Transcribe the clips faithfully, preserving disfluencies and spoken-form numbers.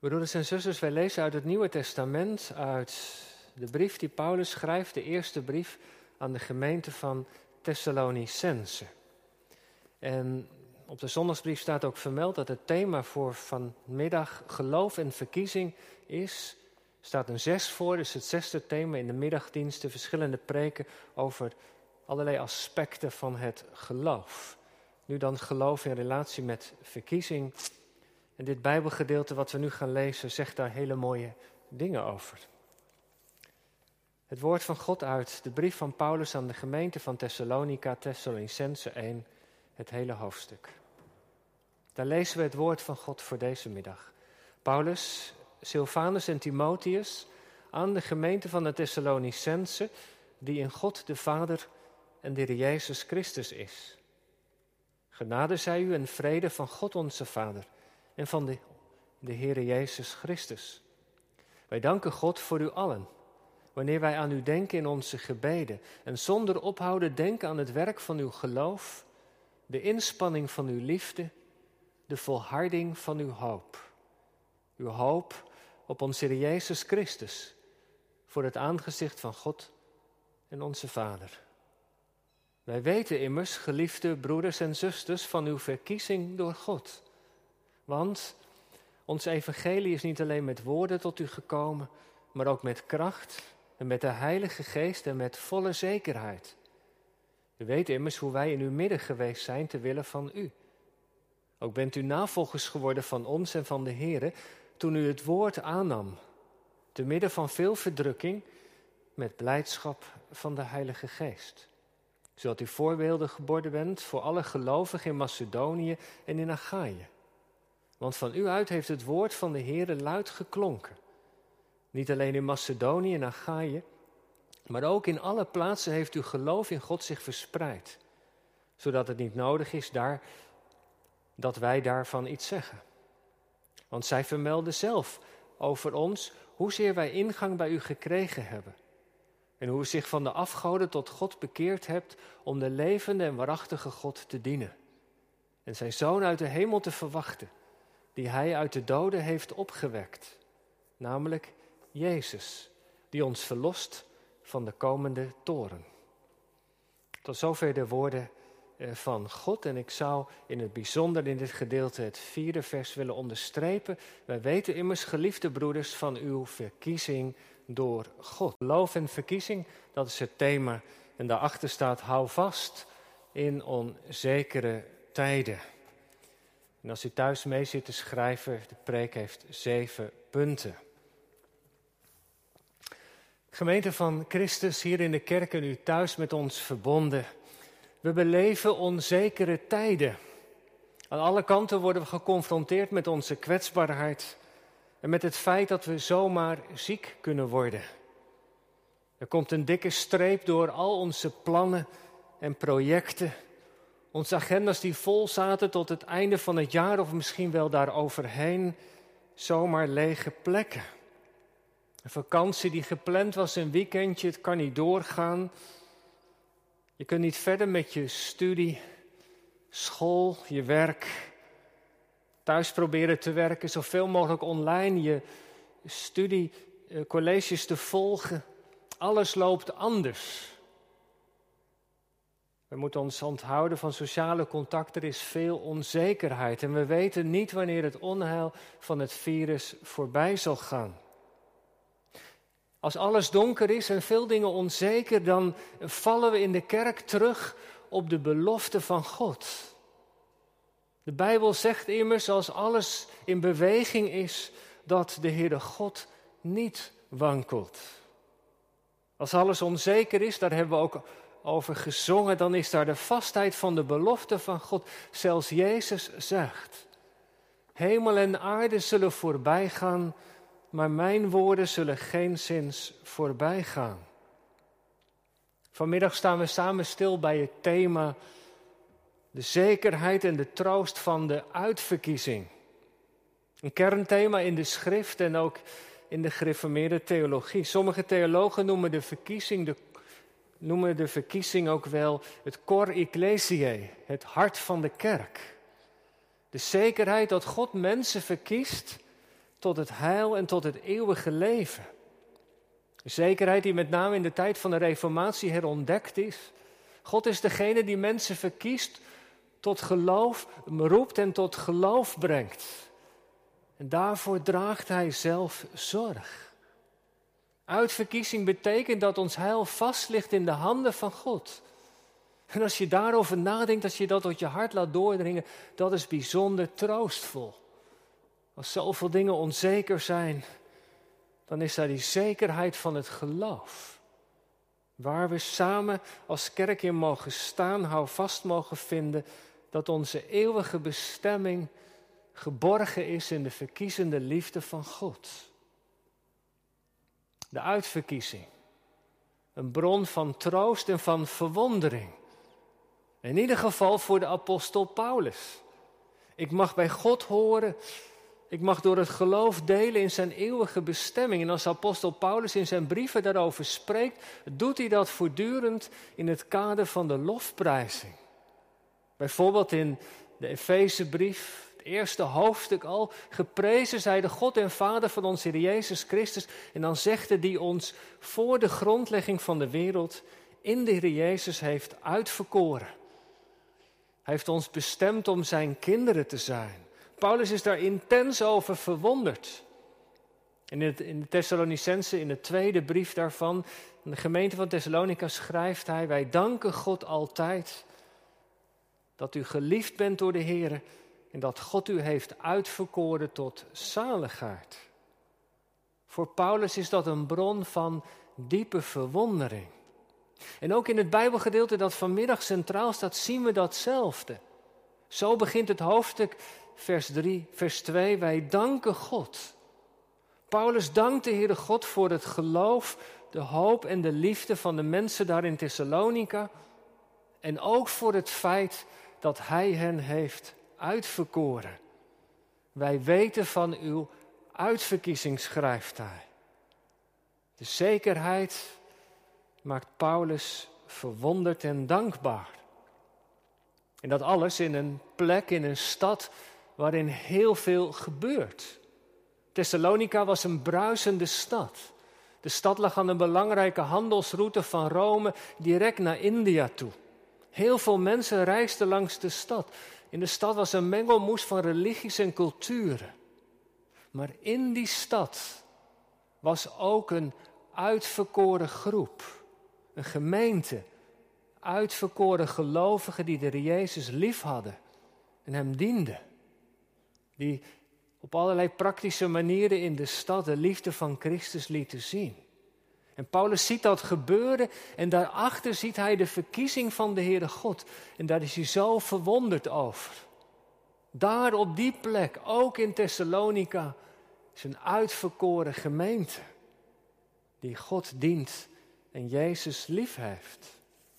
Broeders en zusters, wij lezen uit het Nieuwe Testament, uit de brief die Paulus schrijft, de eerste brief aan de gemeente van Thessalonicense. En op de zondagsbrief staat ook vermeld dat het thema voor vanmiddag geloof en verkiezing is. Er staat een zes voor, dus het zesde thema in de middagdiensten, verschillende preken over allerlei aspecten van het geloof. Nu dan geloof in relatie met verkiezing. En dit Bijbelgedeelte wat we nu gaan lezen zegt daar hele mooie dingen over. Het woord van God uit de brief van Paulus aan de gemeente van Thessalonica, Thessalonicense één, het hele hoofdstuk. Daar lezen we het woord van God voor deze middag. Paulus, Silvanus en Timotheus aan de gemeente van de Thessalonicense, die in God de Vader en de Heer Jezus Christus is. Genade zij u en vrede van God onze Vader en van de, de Heere Jezus Christus. Wij danken God voor u allen, wanneer wij aan u denken in onze gebeden en zonder ophouden denken aan het werk van uw geloof, de inspanning van uw liefde, de volharding van uw hoop. Uw hoop op onze Heer Jezus Christus, voor het aangezicht van God en onze Vader. Wij weten immers, geliefde broeders en zusters, van uw verkiezing door God. Want ons evangelie is niet alleen met woorden tot u gekomen, maar ook met kracht en met de Heilige Geest en met volle zekerheid. U weet immers hoe wij in uw midden geweest zijn ter wille van u. Ook bent u navolgers geworden van ons en van de Heere, toen u het woord aannam, te midden van veel verdrukking, met blijdschap van de Heilige Geest. Zodat u voorbeelden geworden bent voor alle gelovigen in Macedonië en in Achaïe. Want van u uit heeft het woord van de Heere luid geklonken. Niet alleen in Macedonië en Achaïe, maar ook in alle plaatsen heeft uw geloof in God zich verspreid. Zodat het niet nodig is daar, dat wij daarvan iets zeggen. Want zij vermelden zelf over ons hoezeer wij ingang bij u gekregen hebben. En hoe u zich van de afgoden tot God bekeerd hebt om de levende en waarachtige God te dienen. En zijn Zoon uit de hemel te verwachten, die hij uit de doden heeft opgewekt. Namelijk Jezus, die ons verlost van de komende toorn. Tot zover de woorden van God. En ik zou in het bijzonder in dit gedeelte het vierde vers willen onderstrepen. Wij weten immers, geliefde broeders, van uw verkiezing door God. Geloof en verkiezing, dat is het thema. En daarachter staat, hou vast in onzekere tijden. En als u thuis mee zit te schrijven, de preek heeft zeven punten. Gemeente van Christus, hier in de kerk en u thuis met ons verbonden. We beleven onzekere tijden. Aan alle kanten worden we geconfronteerd met onze kwetsbaarheid en met het feit dat we zomaar ziek kunnen worden. Er komt een dikke streep door al onze plannen en projecten. Onze agendas die vol zaten tot het einde van het jaar of misschien wel daaroverheen, zomaar lege plekken. Een vakantie die gepland was, een weekendje, het kan niet doorgaan. Je kunt niet verder met je studie, school, je werk. Thuis proberen te werken, zoveel mogelijk online, je studie, colleges te volgen. Alles loopt anders. We moeten ons onthouden van sociale contacten, er is veel onzekerheid. En we weten niet wanneer het onheil van het virus voorbij zal gaan. Als alles donker is en veel dingen onzeker, dan vallen we in de kerk terug op de belofte van God. De Bijbel zegt immers, als alles in beweging is, dat de Heere God niet wankelt. Als alles onzeker is, daar hebben we ook over gezongen, dan is daar de vastheid van de belofte van God. Zelfs Jezus zegt, hemel en aarde zullen voorbij gaan, maar mijn woorden zullen geenszins voorbij gaan. Vanmiddag staan we samen stil bij het thema de zekerheid en de troost van de uitverkiezing. Een kernthema in de schrift en ook in de gereformeerde theologie. Sommige theologen noemen de verkiezing, de, noemen de verkiezing ook wel het cor ecclesiae, het hart van de kerk. De zekerheid dat God mensen verkiest tot het heil en tot het eeuwige leven. Een zekerheid die met name in de tijd van de Reformatie herontdekt is. God is degene die mensen verkiest, tot geloof, roept en tot geloof brengt. En daarvoor draagt hij zelf zorg. Uitverkiezing betekent dat ons heil vast ligt in de handen van God. En als je daarover nadenkt, als je dat tot je hart laat doordringen, dat is bijzonder troostvol. Als zoveel dingen onzeker zijn, dan is daar die zekerheid van het geloof. Waar we samen als kerk in mogen staan, hou vast mogen vinden dat onze eeuwige bestemming geborgen is in de verkiezende liefde van God. De uitverkiezing, een bron van troost en van verwondering. In ieder geval voor de apostel Paulus. Ik mag bij God horen, ik mag door het geloof delen in zijn eeuwige bestemming. En als apostel Paulus in zijn brieven daarover spreekt, doet hij dat voortdurend in het kader van de lofprijzing. Bijvoorbeeld in de Efezebrief, het eerste hoofdstuk al, geprezen zij de God en Vader van onze Heer Jezus Christus. En dan zegt hij die ons voor de grondlegging van de wereld in de Heer Jezus heeft uitverkoren. Hij heeft ons bestemd om zijn kinderen te zijn. Paulus is daar intens over verwonderd. En in, in de Thessalonicense, in de tweede brief daarvan, in de gemeente van Thessalonica schrijft hij: wij danken God altijd dat u geliefd bent door de Heer en dat God u heeft uitverkoren tot zaligheid. Voor Paulus is dat een bron van diepe verwondering. En ook in het Bijbelgedeelte dat vanmiddag centraal staat, zien we datzelfde. Zo begint het hoofdstuk, vers drie, vers twee, wij danken God. Paulus dankt de Heere God voor het geloof, de hoop en de liefde van de mensen daar in Thessalonica. En ook voor het feit dat hij hen heeft uitverkoren. Wij weten van uw uitverkiezing, schrijft hij. De zekerheid maakt Paulus verwonderd en dankbaar. En dat alles in een plek, in een stad waarin heel veel gebeurt. Thessalonica was een bruisende stad. De stad lag aan een belangrijke handelsroute van Rome direct naar India toe. Heel veel mensen reisden langs de stad. In de stad was een mengelmoes van religies en culturen. Maar in die stad was ook een uitverkoren groep. Een gemeente. Uitverkoren gelovigen die de Heer Jezus lief hadden en hem dienden. Die op allerlei praktische manieren in de stad de liefde van Christus lieten zien. En Paulus ziet dat gebeuren en daarachter ziet hij de verkiezing van de Heere God. En daar is hij zo verwonderd over. Daar op die plek, ook in Thessalonica, is een uitverkoren gemeente die God dient en Jezus lief heeft.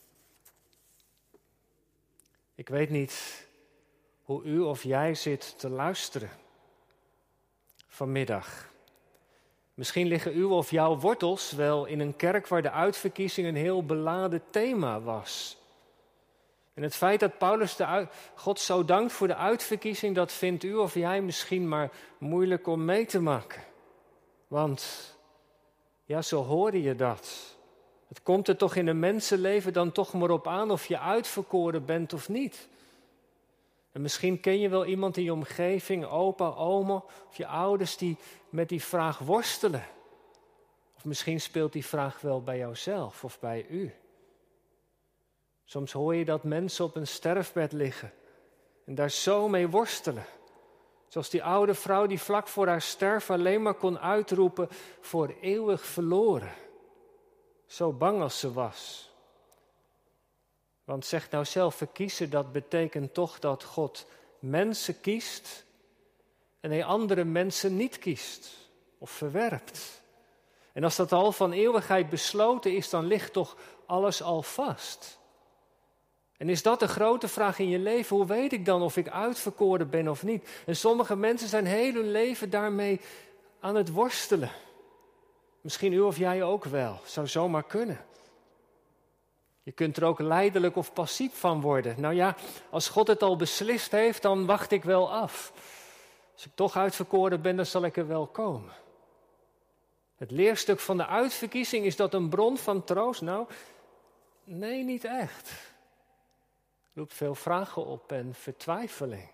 Ik weet niet hoe u of jij zit te luisteren vanmiddag. Misschien liggen uw of jouw wortels wel in een kerk waar de uitverkiezing een heel beladen thema was. En het feit dat Paulus de uit, God zo dankt voor de uitverkiezing, dat vindt u of jij misschien maar moeilijk om mee te maken. Want, ja, zo hoorde je dat. Het komt er toch in een mensenleven dan toch maar op aan of je uitverkoren bent of niet. En misschien ken je wel iemand in je omgeving, opa, oma of je ouders die met die vraag worstelen. Of misschien speelt die vraag wel bij jouzelf of bij u. Soms hoor je dat mensen op een sterfbed liggen en daar zo mee worstelen. Zoals die oude vrouw die vlak voor haar sterven alleen maar kon uitroepen: voor eeuwig verloren. Zo bang als ze was. Want zeg nou zelf, verkiezen, dat betekent toch dat God mensen kiest en hij andere mensen niet kiest of verwerpt. En als dat al van eeuwigheid besloten is, dan ligt toch alles al vast. En is dat de grote vraag in je leven? Hoe weet ik dan of ik uitverkoren ben of niet? En sommige mensen zijn heel hun leven daarmee aan het worstelen. Misschien u of jij ook wel, zou zomaar kunnen. Je kunt er ook lijdelijk of passief van worden. Nou ja, als God het al beslist heeft, dan wacht ik wel af. Als ik toch uitverkoren ben, dan zal ik er wel komen. Het leerstuk van de uitverkiezing, is dat een bron van troost? Nou, nee, niet echt. Het roept veel vragen op en vertwijfeling.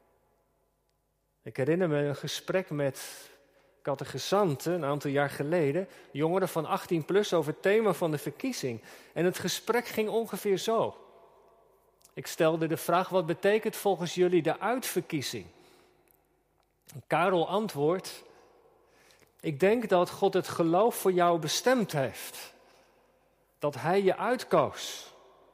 Ik herinner me een gesprek met catechisanten een aantal jaar geleden, jongeren van achttien plus, over het thema van de verkiezing. En het gesprek ging ongeveer zo. Ik stelde de vraag, wat betekent volgens jullie de uitverkiezing? En Karel antwoordt, ik denk dat God het geloof voor jou bestemd heeft. Dat hij je uitkoos.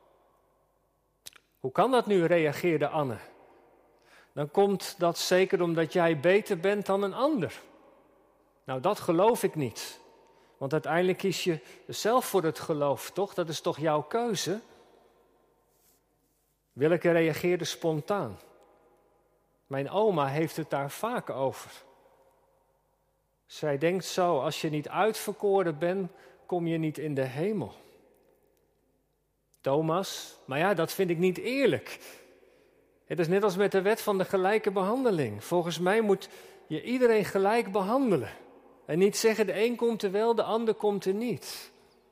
Hoe kan dat nu, reageerde Anne. Dan komt dat zeker omdat jij beter bent dan een ander. Nou, dat geloof ik niet. Want uiteindelijk kies je zelf voor het geloof, toch? Dat is toch jouw keuze? Willeke reageerde spontaan. Mijn oma heeft het daar vaak over. Zij denkt zo, als je niet uitverkoren bent, kom je niet in de hemel. Thomas, maar ja, dat vind ik niet eerlijk. Het is net als met de wet van de gelijke behandeling. Volgens mij moet je iedereen gelijk behandelen. En niet zeggen, de een komt er wel, de ander komt er niet.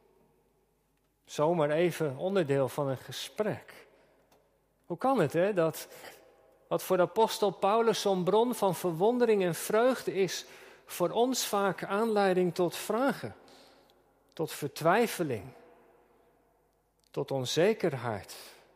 Zomaar even onderdeel van een gesprek. Hoe kan het, hè, dat wat voor de apostel Paulus zo'n bron van verwondering en vreugde is, voor ons vaak aanleiding tot vragen, tot vertwijfeling, tot onzekerheid.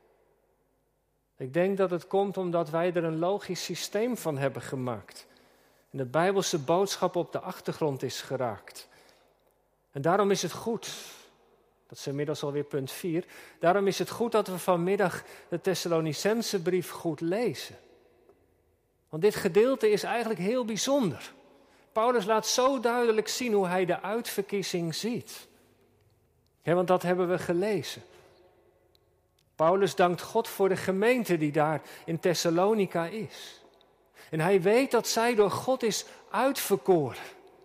Ik denk dat het komt omdat wij er een logisch systeem van hebben gemaakt. En de Bijbelse boodschap op de achtergrond is geraakt. En daarom is het goed, dat is inmiddels alweer punt vier, daarom is het goed dat we vanmiddag de Thessalonicense brief goed lezen. Want dit gedeelte is eigenlijk heel bijzonder. Paulus laat zo duidelijk zien hoe hij de uitverkiezing ziet. Ja, want dat hebben we gelezen. Paulus dankt God voor de gemeente die daar in Thessalonica is. En hij weet dat zij door God is uitverkoren.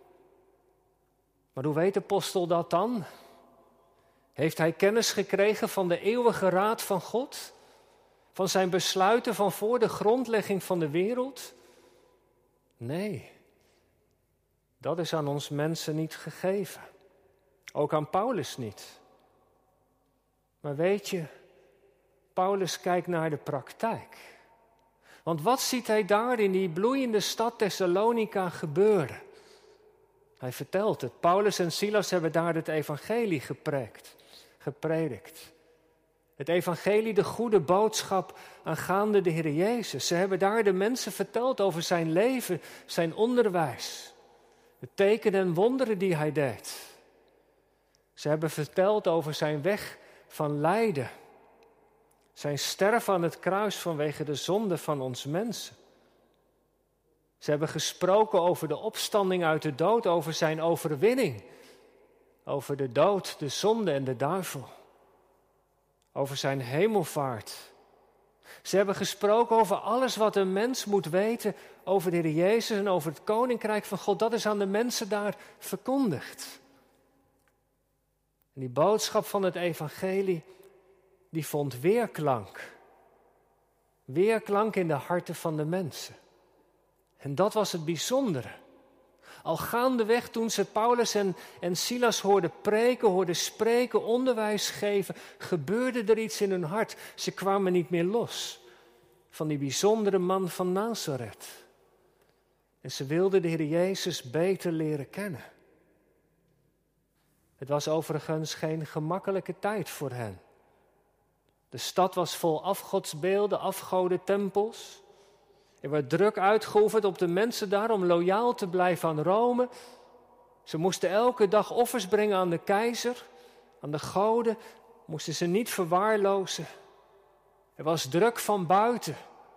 Maar hoe weet de apostel dat dan? Heeft hij kennis gekregen van de eeuwige raad van God? Van zijn besluiten van voor de grondlegging van de wereld? Nee, dat is aan ons mensen niet gegeven. Ook aan Paulus niet. Maar weet je, Paulus kijkt naar de praktijk. Want wat ziet hij daar in die bloeiende stad Thessalonica gebeuren? Hij vertelt het. Paulus en Silas hebben daar het evangelie gepredikt. gepredikt. Het evangelie, de goede boodschap aangaande de Heer Jezus. Ze hebben daar de mensen verteld over zijn leven, zijn onderwijs. De tekenen en wonderen die hij deed. Ze hebben verteld over zijn weg van lijden. Zijn sterven aan het kruis vanwege de zonde van ons mensen. Ze hebben gesproken over de opstanding uit de dood, over zijn overwinning. Over de dood, de zonde en de duivel. Over zijn hemelvaart. Ze hebben gesproken over alles wat een mens moet weten over de Heer Jezus en over het Koninkrijk van God. Dat is aan de mensen daar verkondigd. En die boodschap van het evangelie, die vond weerklank. Weerklank in de harten van de mensen. En dat was het bijzondere. Al gaandeweg toen ze Paulus en, en Silas hoorden preken, hoorden spreken, onderwijs geven, gebeurde er iets in hun hart. Ze kwamen niet meer los van die bijzondere man van Nazareth. En ze wilden de Heer Jezus beter leren kennen. Het was overigens geen gemakkelijke tijd voor hen. De stad was vol afgodsbeelden, afgodentempels. Er werd druk uitgeoefend op de mensen daar om loyaal te blijven aan Rome. Ze moesten elke dag offers brengen aan de keizer, aan de goden. Moesten ze niet verwaarlozen. Er was druk van buiten.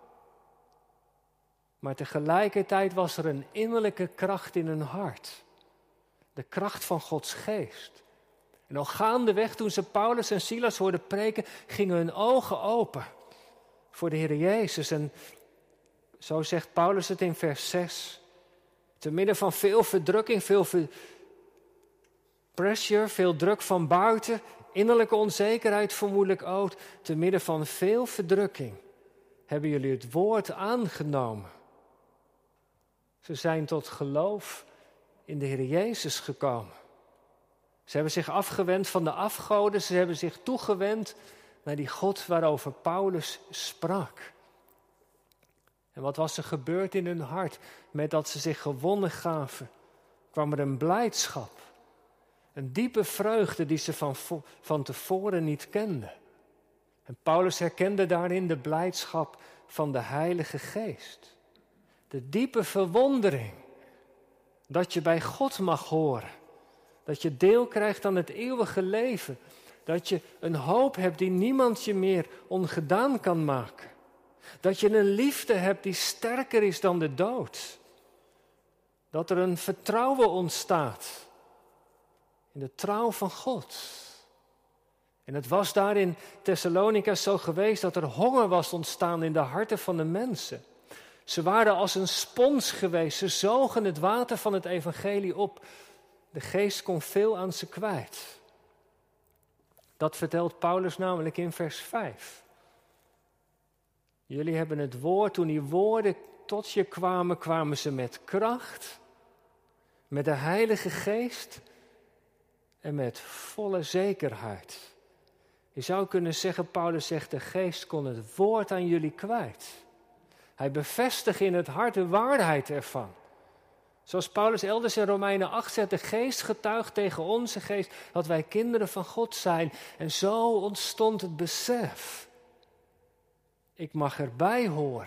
Maar tegelijkertijd was er een innerlijke kracht in hun hart. De kracht van Gods geest. En al gaandeweg toen ze Paulus en Silas hoorden preken, gingen hun ogen open voor de Heer Jezus. En zo zegt Paulus het in vers zes. Te midden van veel verdrukking, veel ver... pressure, veel druk van buiten, innerlijke onzekerheid vermoedelijk ook. Te midden van veel verdrukking hebben jullie het woord aangenomen. Ze zijn tot geloof in de Heer Jezus gekomen. Ze hebben zich afgewend van de afgoden. Ze hebben zich toegewend naar die God waarover Paulus sprak. En wat was er gebeurd in hun hart? Met dat ze zich gewonnen gaven, kwam er een blijdschap. Een diepe vreugde die ze van, van tevoren niet kenden. En Paulus herkende daarin de blijdschap van de Heilige Geest. De diepe verwondering dat je bij God mag horen. Dat je deel krijgt aan het eeuwige leven. Dat je een hoop hebt die niemand je meer ongedaan kan maken. Dat je een liefde hebt die sterker is dan de dood. Dat er een vertrouwen ontstaat in de trouw van God. En het was daar in Thessalonica zo geweest dat er honger was ontstaan in de harten van de mensen. Ze waren als een spons geweest, ze zogen het water van het evangelie op. De geest kon veel aan ze kwijt. Dat vertelt Paulus namelijk in vers vijf. Jullie hebben het woord, toen die woorden tot je kwamen, kwamen ze met kracht, met de Heilige Geest en met volle zekerheid. Je zou kunnen zeggen, Paulus zegt, de Geest kon het woord aan jullie kwijt. Hij bevestigt in het hart de waarheid ervan. Zoals Paulus elders in Romeinen acht zegt, de Geest getuigt tegen onze geest dat wij kinderen van God zijn. En zo ontstond het besef. Ik mag erbij horen.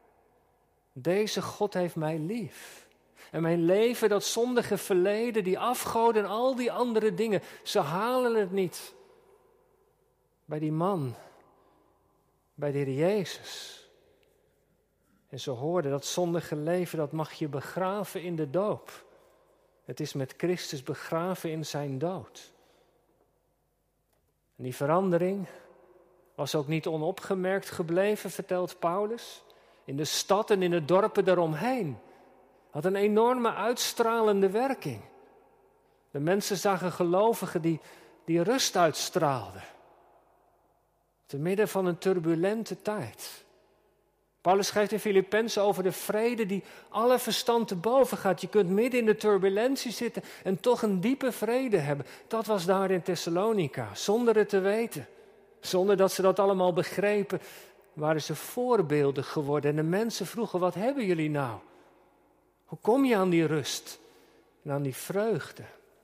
Deze God heeft mij lief. En mijn leven, dat zondige verleden, die afgoden en al die andere dingen, ze halen het niet. Bij die man, bij de Heer Jezus. En ze hoorden dat zondige leven, dat mag je begraven in de doop. Het is met Christus begraven in zijn dood. En die verandering was ook niet onopgemerkt gebleven, vertelt Paulus. In de stad en in de dorpen daaromheen. Had een enorme uitstralende werking. De mensen zagen gelovigen die, die rust uitstraalden. Te midden van een turbulente tijd. Paulus schrijft in Filippenzen over de vrede die alle verstand te boven gaat. Je kunt midden in de turbulentie zitten en toch een diepe vrede hebben. Dat was daar in Thessalonica, zonder het te weten. Zonder dat ze dat allemaal begrepen, waren ze voorbeelden geworden. En de mensen vroegen, wat hebben jullie nou? Hoe kom je aan die rust en aan die vreugde?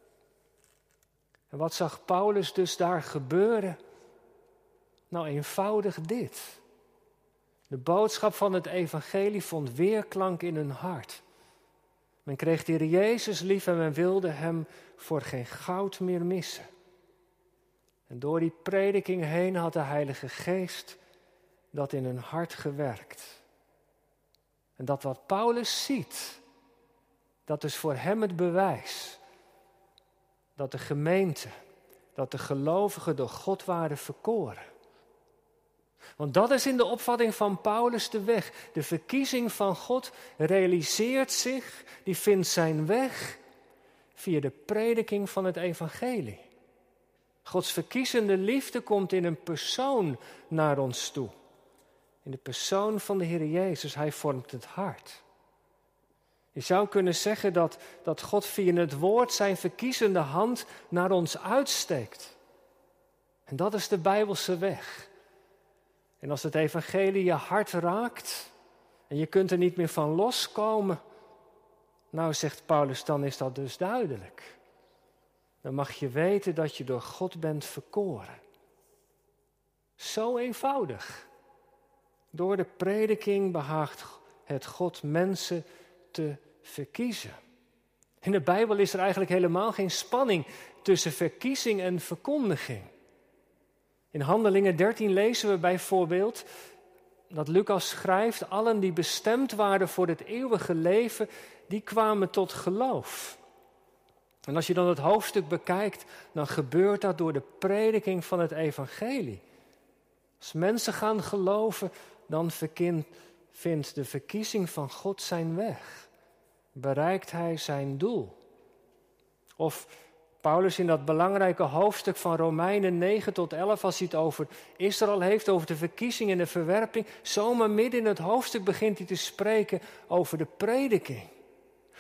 En wat zag Paulus dus daar gebeuren? Nou, eenvoudig dit. De boodschap van het evangelie vond weerklank in hun hart. Men kreeg de Heer Jezus lief en men wilde hem voor geen goud meer missen. En door die prediking heen had de Heilige Geest dat in hun hart gewerkt. En dat wat Paulus ziet, dat is voor hem het bewijs dat de gemeente, dat de gelovigen door God waren verkoren. Want dat is in de opvatting van Paulus de weg. De verkiezing van God realiseert zich, die vindt zijn weg via de prediking van het evangelie. Gods verkiezende liefde komt in een persoon naar ons toe. In de persoon van de Heer Jezus, hij vormt het hart. Je zou kunnen zeggen dat, dat God via het woord zijn verkiezende hand naar ons uitsteekt. En dat is de Bijbelse weg. En als het evangelie je hart raakt en je kunt er niet meer van loskomen, nou zegt Paulus, dan is dat dus duidelijk. Dan mag je weten dat je door God bent verkoren. Zo eenvoudig. Door de prediking behaagt het God mensen te verkiezen. In de Bijbel is er eigenlijk helemaal geen spanning tussen verkiezing en verkondiging. In Handelingen dertien lezen we bijvoorbeeld dat Lucas schrijft, allen die bestemd waren voor het eeuwige leven, die kwamen tot geloof. En als je dan het hoofdstuk bekijkt, dan gebeurt dat door de prediking van het evangelie. Als mensen gaan geloven, dan vindt de verkiezing van God zijn weg. Bereikt hij zijn doel. Of Paulus in dat belangrijke hoofdstuk van Romeinen negen tot elf, als hij het over Israël heeft, over de verkiezing en de verwerping, zomaar midden in het hoofdstuk begint hij te spreken over de prediking.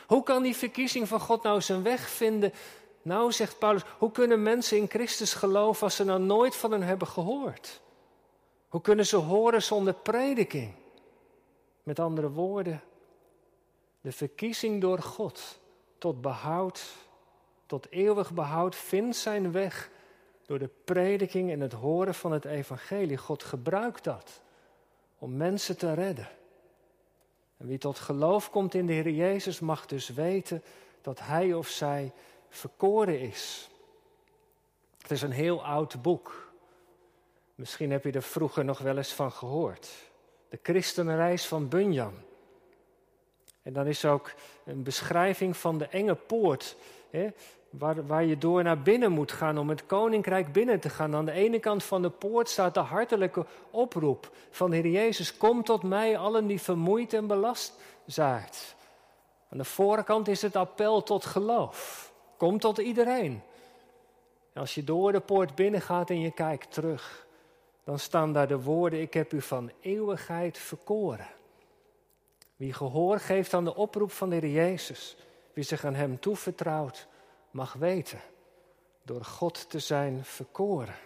Hoe kan die verkiezing van God nou zijn weg vinden? Nou, zegt Paulus, hoe kunnen mensen in Christus geloven als ze nou nooit van hem hebben gehoord? Hoe kunnen ze horen zonder prediking? Met andere woorden, de verkiezing door God tot behoud, tot eeuwig behoud, vindt zijn weg door de prediking en het horen van het evangelie. God gebruikt dat om mensen te redden. En wie tot geloof komt in de Heer Jezus mag dus weten dat hij of zij verkoren is. Het is een heel oud boek. Misschien heb je er vroeger nog wel eens van gehoord. De Christenreis van Bunyan. En dan is ook een beschrijving van de enge poort, hè, waar, waar je door naar binnen moet gaan om het koninkrijk binnen te gaan. Aan de ene kant van de poort staat de hartelijke oproep van de Heer Jezus. Kom tot mij, allen die vermoeid en belast zijt. Aan de voorkant is het appel tot geloof. Kom tot iedereen. En als je door de poort binnen gaat en je kijkt terug, dan staan daar de woorden, ik heb u van eeuwigheid verkoren. Wie gehoor geeft aan de oproep van de Heer Jezus, wie zich aan hem toevertrouwt, mag weten door God te zijn verkoren.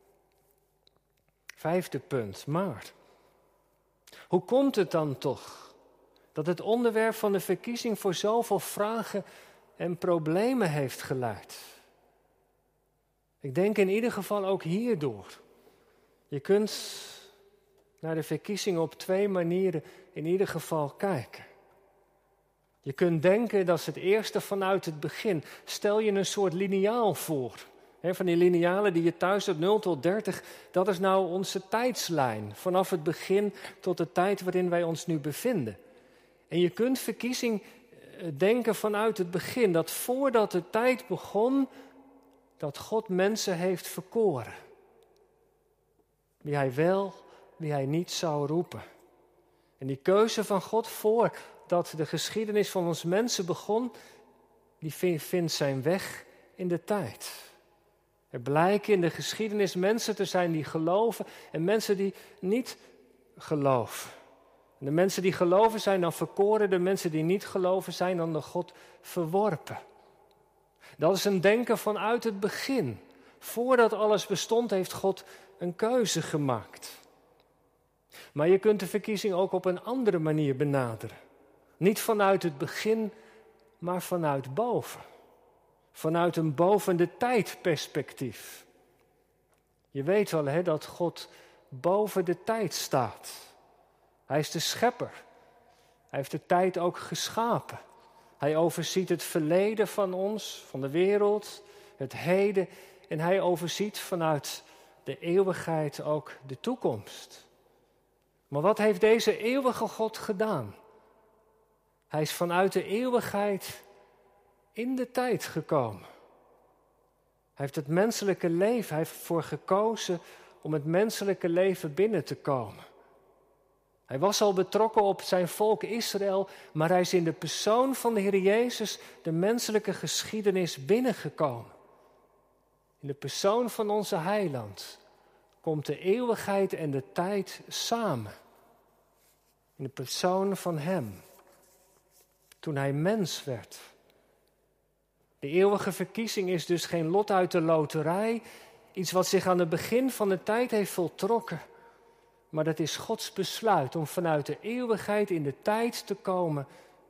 Vijfde punt, maar hoe komt het dan toch dat het onderwerp van de verkiezing voor zoveel vragen en problemen heeft geleid? Ik denk in ieder geval ook hierdoor. Je kunt naar de verkiezing op twee manieren in ieder geval kijken. Je kunt denken, dat is het eerste vanuit het begin. Stel je een soort liniaal voor. He, van die linealen die je thuis hebt, nul tot dertig, dat is nou onze tijdslijn. Vanaf het begin tot de tijd waarin wij ons nu bevinden. En je kunt verkiezing denken vanuit het begin. Dat voordat de tijd begon, dat God mensen heeft verkoren. Wie hij wel, wie hij niet zou roepen. En die keuze van God voordat de geschiedenis van ons mensen begon, die vindt zijn weg in de tijd. Er blijken in de geschiedenis mensen te zijn die geloven en mensen die niet geloven. En de mensen die geloven zijn dan verkoren, de mensen die niet geloven zijn dan door God verworpen. Dat is een denken vanuit het begin. Voordat alles bestond heeft God een keuze gemaakt. Maar je kunt de verkiezing ook op een andere manier benaderen. Niet vanuit het begin, maar vanuit boven. Vanuit een boven de tijd perspectief. Je weet wel hè, dat God boven de tijd staat. Hij is de schepper. Hij heeft de tijd ook geschapen. Hij overziet het verleden van ons, van de wereld, het heden. En hij overziet vanuit de eeuwigheid ook de toekomst. Maar wat heeft deze eeuwige God gedaan? Hij is vanuit de eeuwigheid in de tijd gekomen. Hij heeft het menselijke leven, hij heeft ervoor gekozen om het menselijke leven binnen te komen. Hij was al betrokken op zijn volk Israël, maar hij is in de persoon van de Heer Jezus de menselijke geschiedenis binnengekomen. In de persoon van onze heiland komt de eeuwigheid en de tijd samen. In de persoon van hem. Toen hij mens werd. De eeuwige verkiezing is dus geen lot uit de loterij. Iets wat zich aan het begin van de tijd heeft voltrokken. Maar dat is Gods besluit om vanuit de eeuwigheid in de tijd te komen.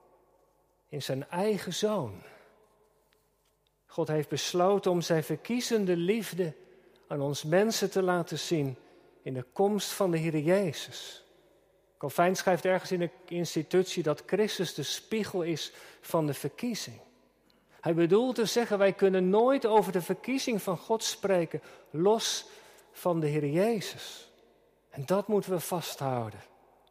In zijn eigen zoon. God heeft besloten om zijn verkiezende liefde aan ons mensen te laten zien in de komst van de Heer Jezus. Calvijn schrijft ergens in de institutie dat Christus de spiegel is van de verkiezing. Hij bedoelt te zeggen, wij kunnen nooit over de verkiezing van God spreken los van de Heer Jezus. En dat moeten we vasthouden.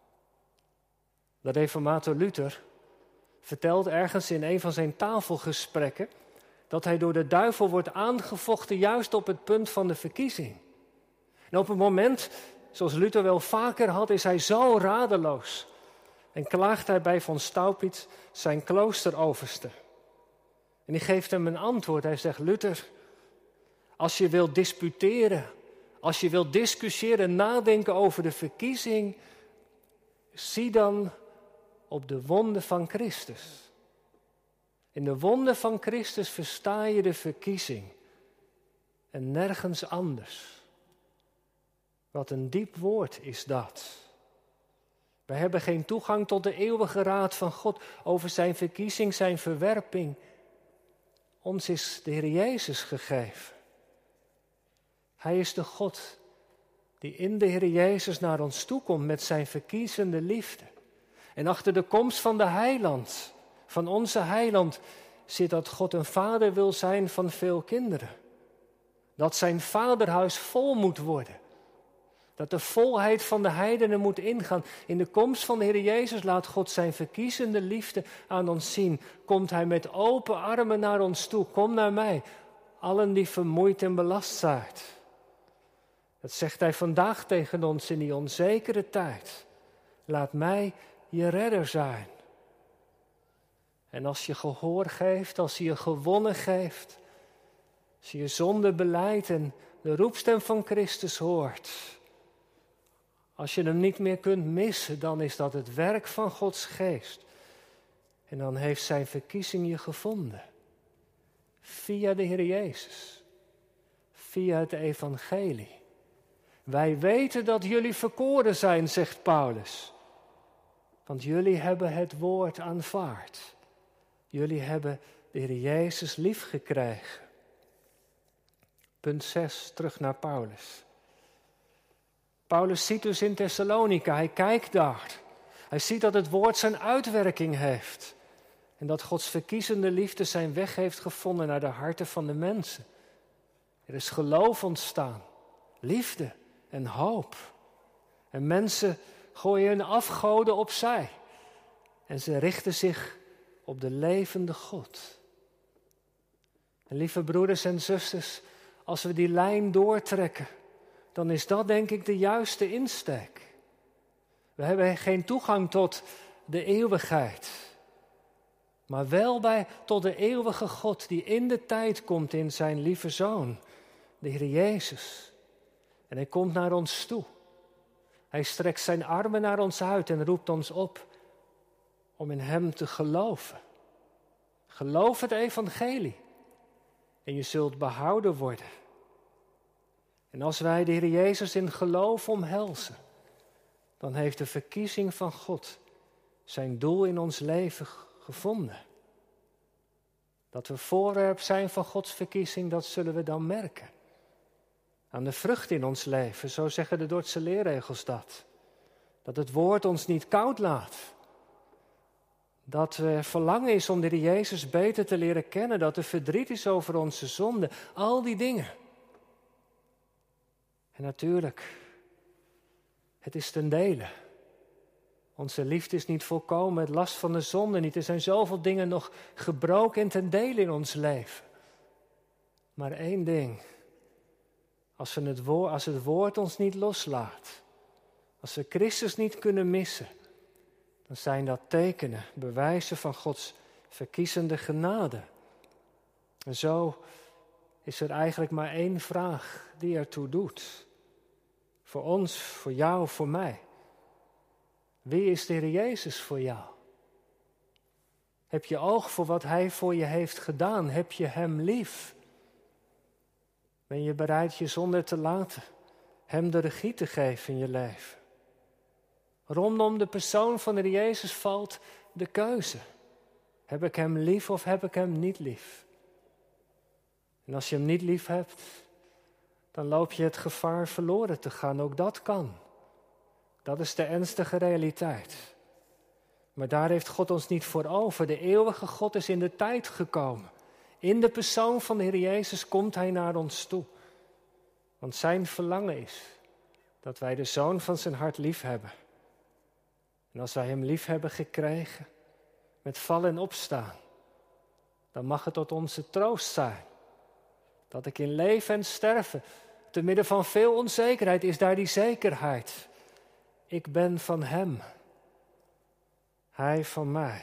De reformator Luther vertelt ergens in een van zijn tafelgesprekken dat hij door de duivel wordt aangevochten juist op het punt van de verkiezing. En op het moment, zoals Luther wel vaker had, is hij zo radeloos. En klaagt hij bij von Staupitz, zijn kloosteroverste. En die geeft hem een antwoord. Hij zegt, Luther, als je wilt disputeren, als je wilt discussiëren, nadenken over de verkiezing, zie dan op de wonden van Christus. In de wonden van Christus versta je de verkiezing. En nergens anders. Wat een diep woord is dat. Wij hebben geen toegang tot de eeuwige raad van God over zijn verkiezing, zijn verwerping. Ons is de Heer Jezus gegeven. Hij is de God die in de Heer Jezus naar ons toekomt met zijn verkiezende liefde. En achter de komst van de heiland, van onze heiland, zit dat God een vader wil zijn van veel kinderen. Dat zijn vaderhuis vol moet worden. Dat de volheid van de heidenen moet ingaan. In de komst van de Heer Jezus laat God zijn verkiezende liefde aan ons zien. Komt hij met open armen naar ons toe. Kom naar mij, allen die vermoeid en belast zijn. Dat zegt hij vandaag tegen ons in die onzekere tijd. Laat mij je redder zijn. En als je gehoor geeft, als je je gewonnen geeft, als je je zonde belijdt en de roepstem van Christus hoort, als je hem niet meer kunt missen, dan is dat het werk van Gods geest. En dan heeft zijn verkiezing je gevonden. Via de Heer Jezus. Via het evangelie. Wij weten dat jullie verkoren zijn, zegt Paulus. Want jullie hebben het woord aanvaard. Jullie hebben de Heer Jezus lief gekregen. Punt zes, terug naar Paulus. Paulus ziet dus in Thessalonica, hij kijkt daar. Hij ziet dat het woord zijn uitwerking heeft. En dat Gods verkiezende liefde zijn weg heeft gevonden naar de harten van de mensen. Er is geloof ontstaan, liefde en hoop. En mensen gooien hun afgoden opzij. En ze richten zich op de levende God. En lieve broeders en zusters, als we die lijn doortrekken, dan is dat denk ik de juiste insteek. We hebben geen toegang tot de eeuwigheid. Maar wel bij, tot de eeuwige God die in de tijd komt in zijn lieve Zoon, de Heer Jezus. En hij komt naar ons toe. Hij strekt zijn armen naar ons uit en roept ons op om in hem te geloven. Geloof het evangelie en je zult behouden worden. En als wij de Heer Jezus in geloof omhelzen, dan heeft de verkiezing van God zijn doel in ons leven gevonden. Dat we voorwerp zijn van Gods verkiezing, dat zullen we dan merken. Aan de vrucht in ons leven, zo zeggen de Dordtse leerregels dat. Dat het woord ons niet koud laat. Dat er verlangen is om de Heer Jezus beter te leren kennen. Dat er verdriet is over onze zonde. Al die dingen. En natuurlijk, het is ten dele. Onze liefde is niet volkomen, het last van de zonde niet. Er zijn zoveel dingen nog gebroken en ten dele in ons leven. Maar één ding. Als, we het woord, als het woord ons niet loslaat. Als we Christus niet kunnen missen. Dan zijn dat tekenen, bewijzen van Gods verkiezende genade. En zo is er eigenlijk maar één vraag die ertoe doet. Voor ons, voor jou, voor mij. Wie is de Heer Jezus voor jou? Heb je oog voor wat Hij voor je heeft gedaan? Heb je Hem lief? Ben je bereid je zonde te laten? Hem de regie te geven in je leven? Rondom de persoon van de Heer Jezus valt de keuze. Heb ik Hem lief of heb ik Hem niet lief? En als je Hem niet lief hebt, dan loop je het gevaar verloren te gaan. Ook dat kan. Dat is de ernstige realiteit. Maar daar heeft God ons niet voor over. De eeuwige God is in de tijd gekomen. In de persoon van de Heer Jezus komt Hij naar ons toe. Want zijn verlangen is dat wij de Zoon van zijn hart lief hebben. En als wij Hem lief hebben gekregen, met vallen en opstaan, dan mag het tot onze troost zijn. Dat ik in leven en sterven, te midden van veel onzekerheid, is daar die zekerheid. Ik ben van Hem. Hij van mij.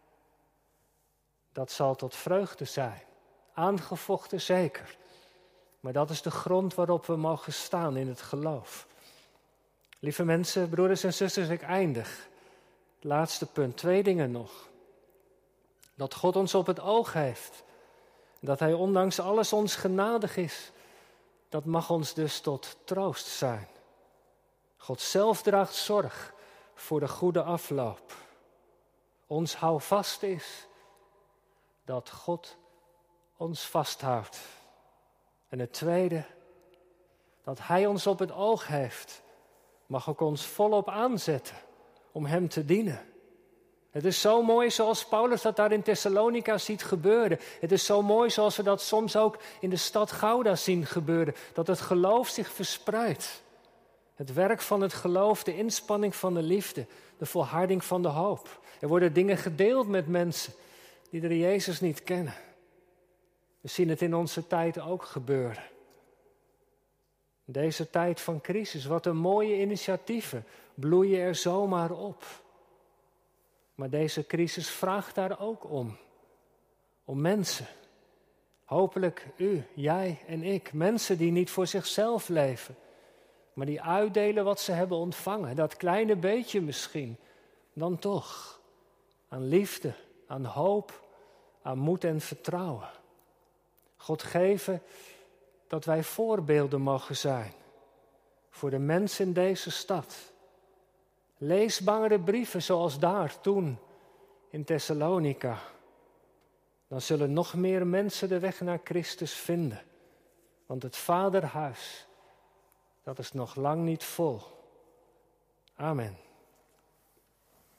Dat zal tot vreugde zijn. Aangevochten zeker. Maar dat is de grond waarop we mogen staan in het geloof. Lieve mensen, broeders en zusters, ik eindig. Het laatste punt. Twee dingen nog. Dat God ons op het oog heeft. Dat Hij ondanks alles ons genadig is. Dat mag ons dus tot troost zijn. God zelf draagt zorg voor de goede afloop. Ons houvast is dat God ons vasthoudt. En het tweede, dat Hij ons op het oog heeft, mag ook ons volop aanzetten om Hem te dienen. Het is zo mooi zoals Paulus dat daar in Thessalonica ziet gebeuren. Het is zo mooi zoals we dat soms ook in de stad Gouda zien gebeuren. Dat het geloof zich verspreidt. Het werk van het geloof, de inspanning van de liefde, de volharding van de hoop. Er worden dingen gedeeld met mensen die de Jezus niet kennen. We zien het in onze tijd ook gebeuren. In deze tijd van crisis, wat een mooie initiatieven bloeien er zomaar op. Maar deze crisis vraagt daar ook om. Om mensen. Hopelijk u, jij en ik. Mensen die niet voor zichzelf leven. Maar die uitdelen wat ze hebben ontvangen. Dat kleine beetje misschien. Dan toch. Aan liefde, aan hoop, aan moed en vertrouwen. God geven dat wij voorbeelden mogen zijn. Voor de mensen in deze stad. Leesbare brieven zoals daar toen in Thessalonica. Dan zullen nog meer mensen de weg naar Christus vinden. Want het Vaderhuis, dat is nog lang niet vol. Amen.